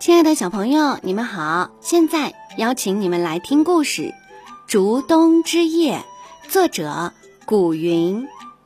亲爱的小朋友，你们好！现在邀请你们来听故事《竹东之夜》，作者古云。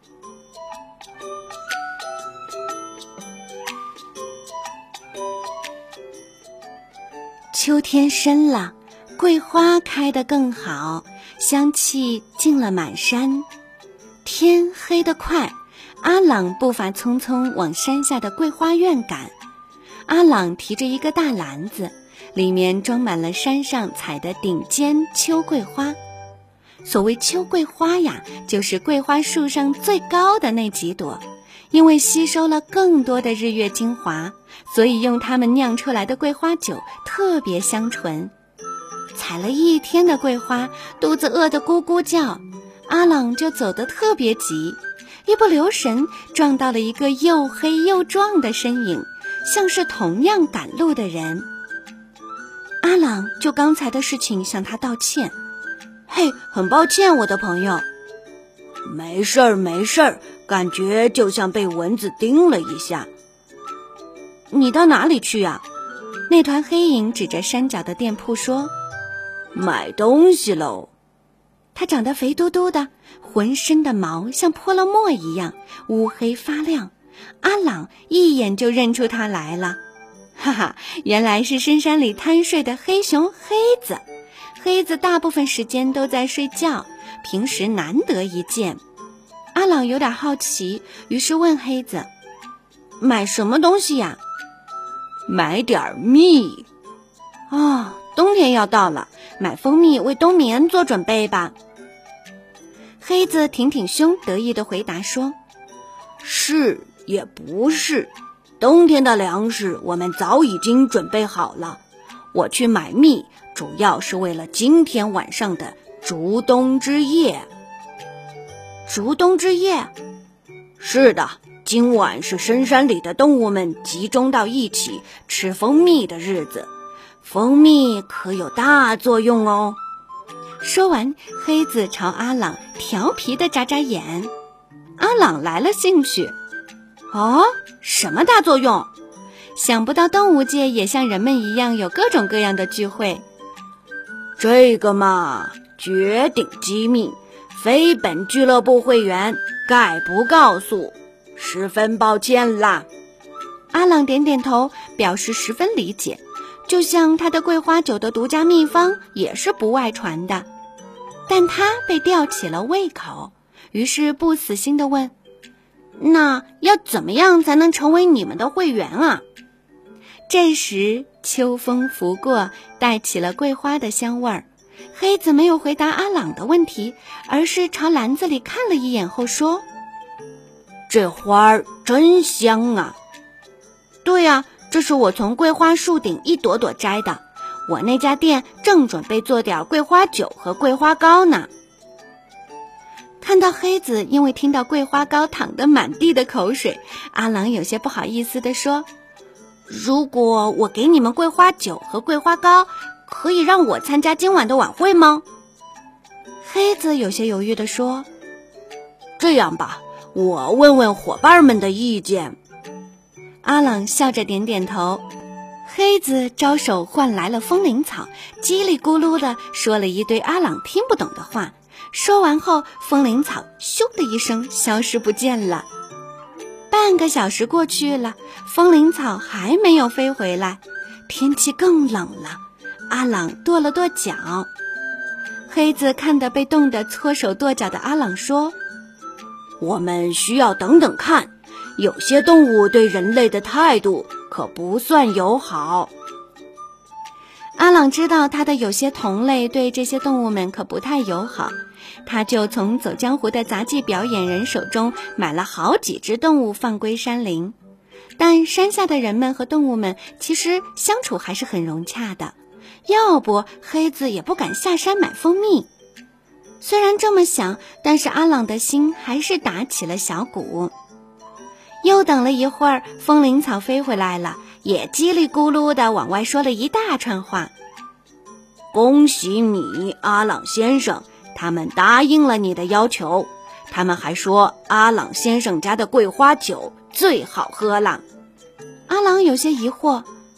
秋天深了，桂花开得更好，香气浸了满山。天黑得快，阿朗步伐匆匆往山下的桂花院赶。阿朗提着一个大篮子，里面装满了山上采的顶尖秋桂花。所谓秋桂花呀，就是桂花树上最高的那几朵，因为吸收了更多的日月精华，所以用它们酿出来的桂花酒特别香醇。采了一天的桂花，肚子饿得咕咕叫，阿朗就走得特别急，一不留神撞到了一个又黑又壮的身影，像是同样赶路的人。阿朗就刚才的事情向他道歉。嘿，很抱歉我的朋友。 没事儿没事儿，感觉就像被蚊子叮了一下。 你到哪里去呀？那团黑影指着山脚的店铺说。 买东西喽。 他长得肥嘟嘟的，浑身的毛像泼了墨一样乌黑发亮，阿朗一眼就认出他来了。哈哈，原来是深山里贪睡的黑熊黑子。黑子大部分时间都在睡觉，平时难得一见。阿朗有点好奇，于是问黑子，买什么东西呀？ 买点蜜。 哦，冬天要到了，买蜂蜜为冬眠做准备吧。黑子挺挺胸，得意地回答说， 是也不是，冬天的粮食我们早已经准备好了。我去买蜜，主要是为了今天晚上的竹冬之夜。 竹冬之夜？ 是的，今晚是深山里的动物们集中到一起吃蜂蜜的日子，蜂蜜可有大作用哦。 说完，黑子朝阿朗调皮地眨眨眼。阿朗来了兴趣。哦，什么大作用？想不到动物界也像人们一样有各种各样的聚会。 这个嘛，绝顶机密，非本俱乐部会员概不告诉，十分抱歉啦。 阿朗点点头，表示十分理解，就像他的桂花酒的独家秘方也是不外传的。但他被吊起了胃口，于是不死心地问，那要怎么样才能成为你们的会员啊？这时秋风拂过，带起了桂花的香味儿。黑子没有回答阿朗的问题，而是朝篮子里看了一眼后说， 这花儿真香啊。 对啊，这是我从桂花树顶一朵朵摘的，我那家店正准备做点桂花酒和桂花糕呢。看到黑子因为听到桂花糕淌得满地的口水，阿朗有些不好意思地说，如果我给你们桂花酒和桂花糕，可以让我参加今晚的晚会吗？黑子有些犹豫地说， 这样吧，我问问伙伴们的意见。 阿朗笑着点点头。黑子招手换来了风铃草，叽里咕噜地说了一堆阿朗听不懂的话。说完后，风铃草咻的一声消失不见了。半个小时过去了，风铃草还没有飞回来，天气更冷了。阿朗跺了跺脚。黑子看得被冻得搓手跺脚的阿朗说， 我们需要等等看，有些动物对人类的态度可不算友好。 阿朗知道他的有些同类对这些动物们可不太友好，他就从走江湖的杂技表演人手中买了好几只动物放归山林。但山下的人们和动物们其实相处还是很融洽的，要不黑子也不敢下山买蜂蜜。虽然这么想，但是阿朗的心还是打起了小鼓。又等了一会儿，风铃草飞回来了，也叽里咕噜地往外说了一大串话。 恭喜你，阿朗先生，他们答应了你的要求。他们还说阿朗先生家的桂花酒最好喝了。 阿朗有些疑惑，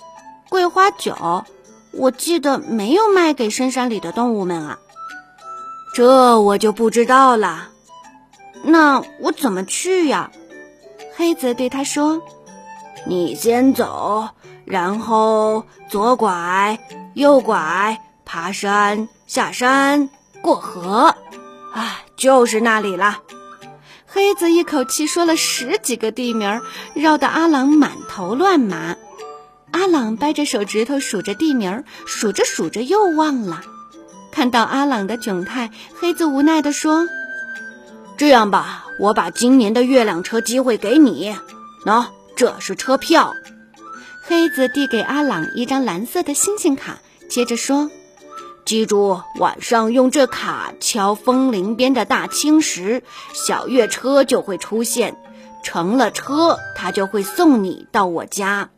桂花酒，我记得没有卖给深山里的动物们啊。这我就不知道了。那我怎么去呀？ 黑子对他说， 你先走，然后左拐右拐，爬山下山过河，就是那里了。 黑子一口气说了10几个地名，绕得阿朗满头乱麻。阿朗掰着手指头数着地名，数着数着又忘了。看到阿朗的窘态，黑子无奈地说， 这样吧，我把今年的月亮车机会给你，这是车票。 黑子递给阿朗一张蓝色的星星卡，接着说， 记住，晚上用这卡敲枫林边的大青石，小月车就会出现，成了车，它就会送你到我家。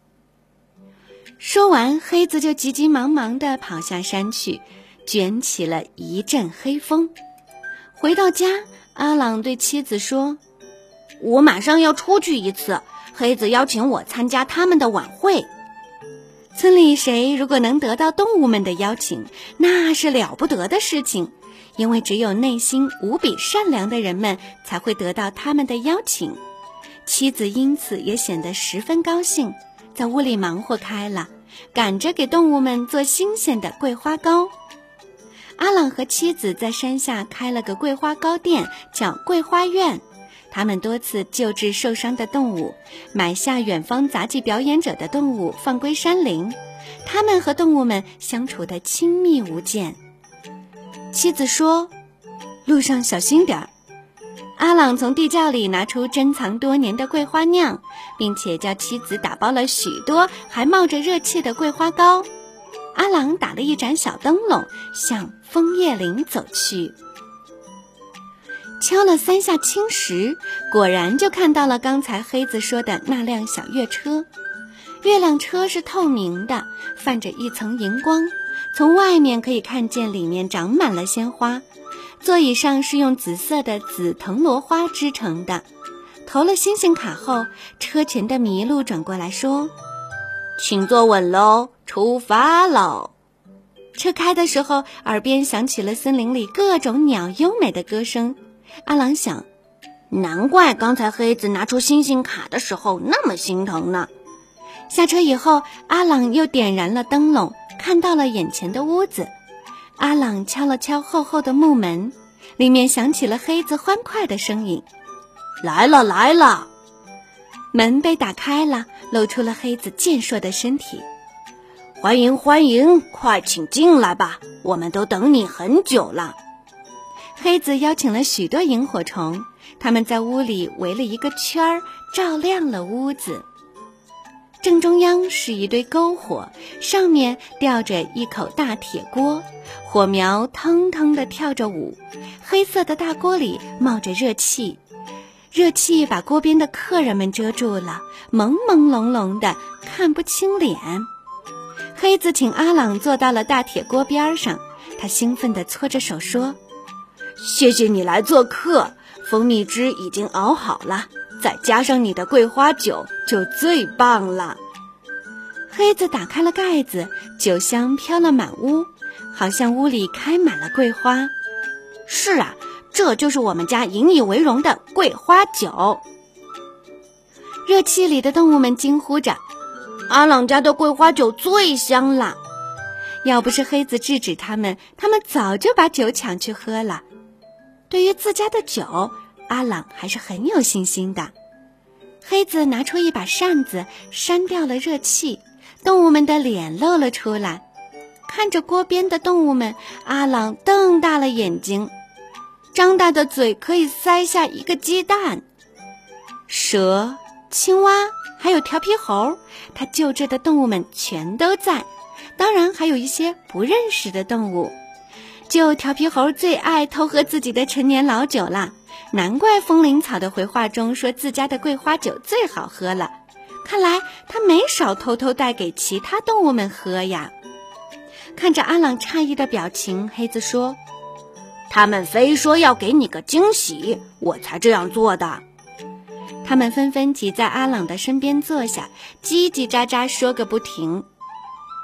说完，黑子就急急忙忙地跑下山去，卷起了一阵黑风。回到家，阿朗对妻子说， 我马上要出去一次，黑子邀请我参加他们的晚会。 村里谁如果能得到动物们的邀请，那是了不得的事情，因为只有内心无比善良的人们才会得到他们的邀请。妻子因此也显得十分高兴，在屋里忙活开了，赶着给动物们做新鲜的桂花糕。阿朗和妻子在山下开了个桂花糕店，叫桂花院。他们多次救治受伤的动物，买下远方杂技表演者的动物放归山林，他们和动物们相处得亲密无间。妻子说，路上小心点儿。阿朗从地窖里拿出珍藏多年的桂花酿，并且叫妻子打包了许多还冒着热气的桂花糕。阿朗打了一盏小灯笼，向枫叶林走去。敲了3下青石，果然就看到了刚才黑子说的那辆小月车。月亮车是透明的，泛着一层荧光，从外面可以看见里面长满了鲜花。座椅上是用紫色的紫藤萝花织成的。投了星星卡后，车前的麋鹿转过来说， 请坐稳喽，出发喽。 车开的时候，耳边响起了森林里各种鸟优美的歌声。阿朗想， 难怪刚才黑子拿出星星卡的时候那么心疼呢。 下车以后，阿朗又点燃了灯笼，看到了眼前的屋子。阿朗敲了敲厚厚的木门，里面响起了黑子欢快的声音， 来了来了。 门被打开了，露出了黑子健硕的身体。 欢迎欢迎，快请进来吧，我们都等你很久了。 黑子邀请了许多萤火虫，他们在屋里围了一个圈儿，照亮了屋子。正中央是一堆篝火，上面吊着一口大铁锅，火苗腾腾地跳着舞，黑色的大锅里冒着热气，热气把锅边的客人们遮住了，朦朦胧胧的看不清脸。黑子请阿朗坐到了大铁锅边上，他兴奋地搓着手说， 谢谢你来做客，蜂蜜汁已经熬好了，再加上你的桂花酒就最棒了。 黑子打开了盖子，酒香飘了满屋，好像屋里开满了桂花。 是啊，这就是我们家引以为荣的桂花酒。 热气里的动物们惊呼着， 阿朗家的桂花酒最香了。 要不是黑子制止他们早就把酒抢去喝了。对于自家的酒，阿朗还是很有信心的。黑子拿出一把扇子，扇掉了热气，动物们的脸露了出来。看着锅边的动物们，阿朗瞪大了眼睛，张大的嘴可以塞下一个鸡蛋。蛇、青蛙还有调皮猴，他救治的动物们全都在，当然还有一些不认识的动物。就调皮猴最爱偷喝自己的陈年老酒啦，难怪风铃草的回话中说自家的桂花酒最好喝了，看来他没少偷偷带给其他动物们喝呀。看着阿朗诧异的表情，黑子说， 他们非说要给你个惊喜，我才这样做的。 他们纷纷挤在阿朗的身边坐下，叽叽喳喳说个不停。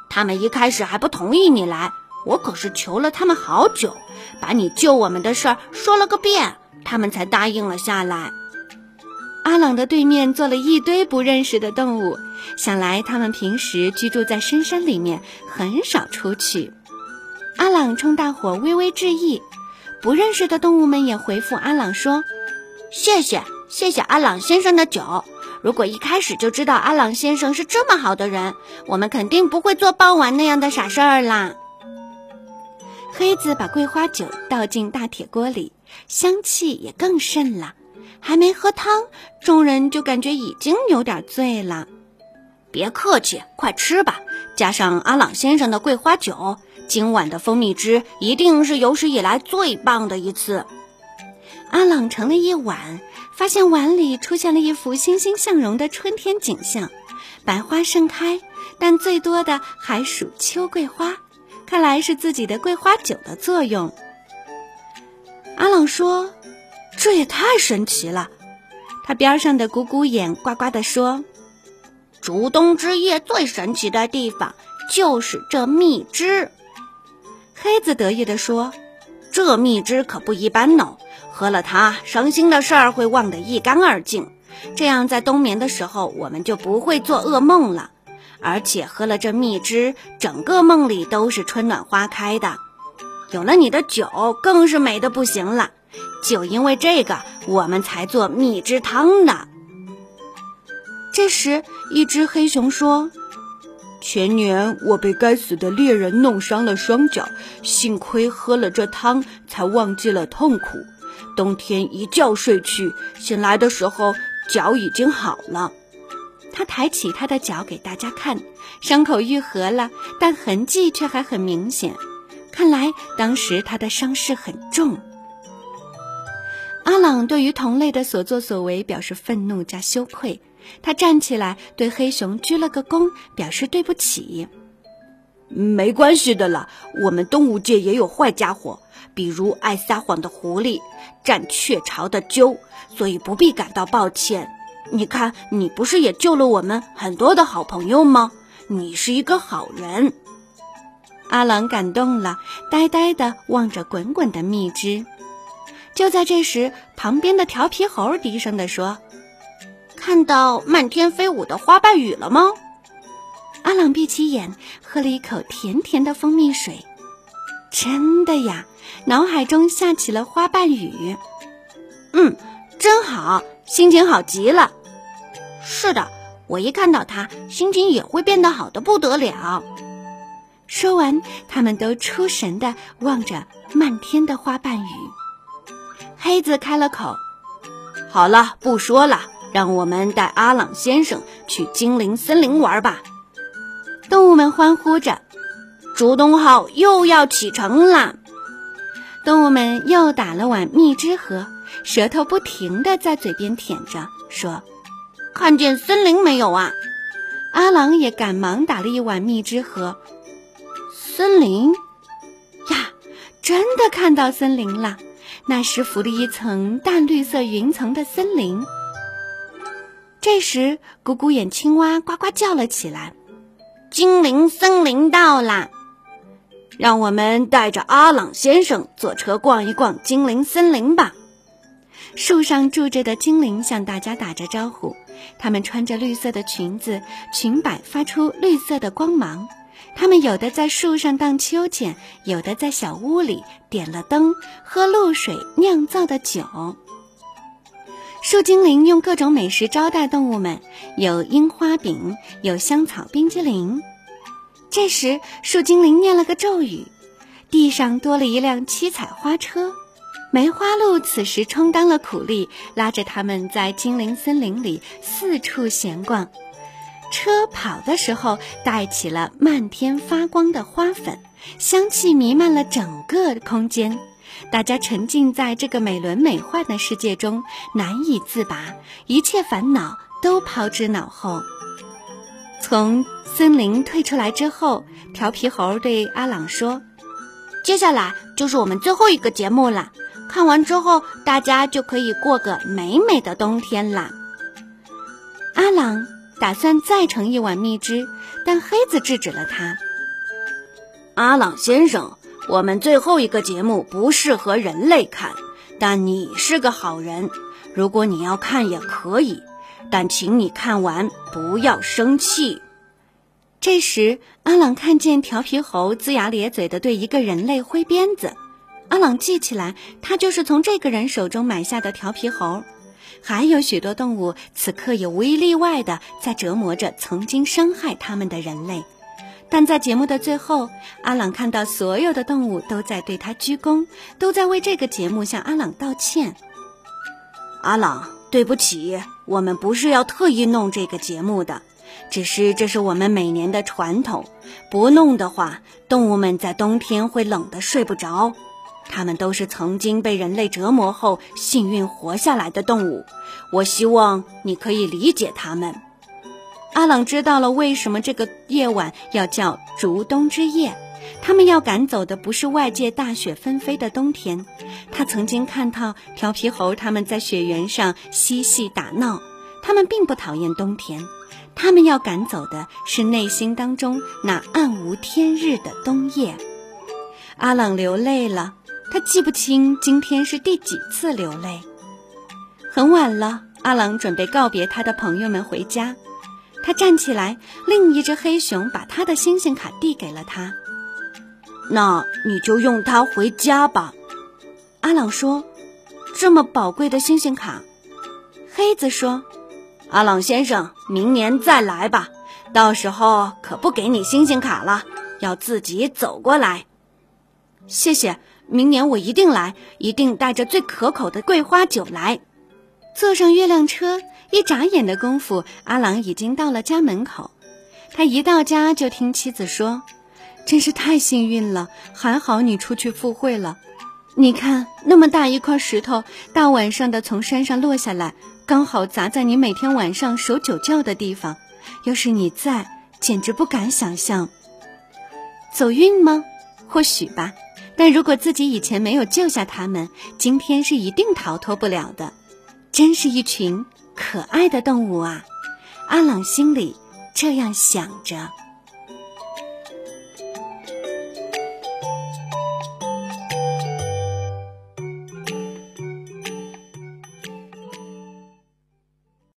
他们一开始还不同意你来，我可是求了他们好久，把你救我们的事儿说了个遍，他们才答应了下来。 阿朗的对面坐了一堆不认识的动物，想来他们平时居住在深山里面，很少出去。阿朗冲大伙微微致意，不认识的动物们也回复阿朗说： 谢谢阿朗先生的酒，如果一开始就知道阿朗先生是这么好的人，我们肯定不会做傍晚那样的傻事儿啦。 黑子把桂花酒倒进大铁锅里，香气也更甚了。还没喝汤，众人就感觉已经有点醉了。 别客气，快吃吧，加上阿朗先生的桂花酒，今晚的蜂蜜汁一定是有史以来最棒的一次。 阿朗盛了一碗，发现碗里出现了一幅欣欣向荣的春天景象，百花盛开，但最多的还属秋桂花，看来是自己的桂花酒的作用。阿朗说：这也太神奇了。他边上的鼓鼓眼呱呱地说： 竹冬之夜最神奇的地方就是这蜜汁。 黑子得意地说： 这蜜汁可不一般哦，喝了它，伤心的事儿会忘得一干二净，这样在冬眠的时候我们就不会做噩梦了，而且喝了这蜜汁，整个梦里都是春暖花开的。有了你的酒，更是美得不行了，就因为这个，我们才做蜜汁汤呢。 这时，一只黑熊说： 前年我被该死的猎人弄伤了双脚，幸亏喝了这汤，才忘记了痛苦。冬天一觉睡去，醒来的时候脚已经好了。 他抬起他的脚给大家看，伤口愈合了，但痕迹却还很明显，看来当时他的伤势很重。阿朗对于同类的所作所为表示愤怒加羞愧，他站起来对黑熊鞠了个躬，表示对不起。 没关系的啦，我们动物界也有坏家伙，比如爱撒谎的狐狸，占雀巢的鸠，所以不必感到抱歉。你看，你不是也救了我们很多的好朋友吗？你是一个好人。 阿朗感动了，呆呆地望着滚滚的蜜汁。就在这时，旁边的调皮猴低声地说： 看到漫天飞舞的花瓣雨了吗？ 阿朗闭起眼，喝了一口甜甜的蜂蜜水。真的呀，脑海中下起了花瓣雨。 真好，心情好极了。是的，我一看到它，心情也会变得好得不得了。 说完，他们都出神地望着漫天的花瓣雨。黑子开了口： 好了，不说了，让我们带阿朗先生去精灵森林玩吧。 动物们欢呼着： 竹东号又要启程啦！ 动物们又打了碗蜜汁喝，舌头不停地在嘴边舔着，说： 看见森林没有啊？ 阿朗也赶忙打了一碗蜜汁喝。 森林呀，真的看到森林了，那是浮了一层淡绿色云层的森林。这时，鼓鼓眼青蛙呱呱叫了起来： 精灵森林到啦！让我们带着阿朗先生坐车逛一逛精灵森林吧。 树上住着的精灵向大家打着招呼，他们穿着绿色的裙子，裙摆发出绿色的光芒。他们有的在树上荡秋千，有的在小屋里点了灯，喝露水酿造的酒。树精灵用各种美食招待动物们，有樱花饼，有香草冰激凌。这时，树精灵念了个咒语，地上多了一辆七彩花车。梅花鹿此时充当了苦力，拉着他们在精灵森林里四处闲逛。车跑的时候带起了漫天发光的花粉，香气弥漫了整个空间。大家沉浸在这个美轮美奂的世界中，难以自拔，一切烦恼都抛之脑后。从森林退出来之后，调皮猴对阿朗说： 接下来就是我们最后一个节目了，看完之后大家就可以过个美美的冬天啦。 阿朗打算再盛一碗蜜汁，但黑子制止了他： 阿朗先生，我们最后一个节目不适合人类看，但你是个好人，如果你要看也可以，但请你看完不要生气。” 这时，阿朗看见调皮猴龇牙咧嘴地对一个人类挥鞭子。阿朗记起来，他就是从这个人手中买下的调皮猴。还有许多动物此刻也无一例外地在折磨着曾经伤害他们的人类。但在节目的最后，阿朗看到所有的动物都在对他鞠躬，都在为这个节目向阿朗道歉。 阿朗，对不起，我们不是要特意弄这个节目的，只是这是我们每年的传统，不弄的话，动物们在冬天会冷得睡不着。它们都是曾经被人类折磨后幸运活下来的动物，我希望你可以理解它们。 阿朗知道了为什么这个夜晚要叫逐冬之夜，他们要赶走的不是外界大雪纷飞的冬天。他曾经看到调皮猴他们在雪原上嬉戏打闹，他们并不讨厌冬天，他们要赶走的是内心当中那暗无天日的冬夜。阿朗流泪了，他记不清今天是第几次流泪。很晚了，阿朗准备告别他的朋友们回家。他站起来，另一只黑熊把他的星星卡递给了他。 那你就用它回家吧。 阿朗说，这么宝贵的星星卡。黑子说， 阿朗先生，明年再来吧，到时候可不给你星星卡了，要自己走过来。 谢谢，明年我一定来，一定带着最可口的桂花酒来。坐上月亮车，一眨眼的功夫，阿朗已经到了家门口。他一到家就听妻子说，真是太幸运了，还好你出去赴会了。你看，那么大一块石头，大晚上的从山上落下来，刚好砸在你每天晚上守酒窖的地方。要是你在，简直不敢想象。走运吗？或许吧。但如果自己以前没有救下他们，今天是一定逃脱不了的。真是一群可爱的动物啊！阿朗心里这样想着。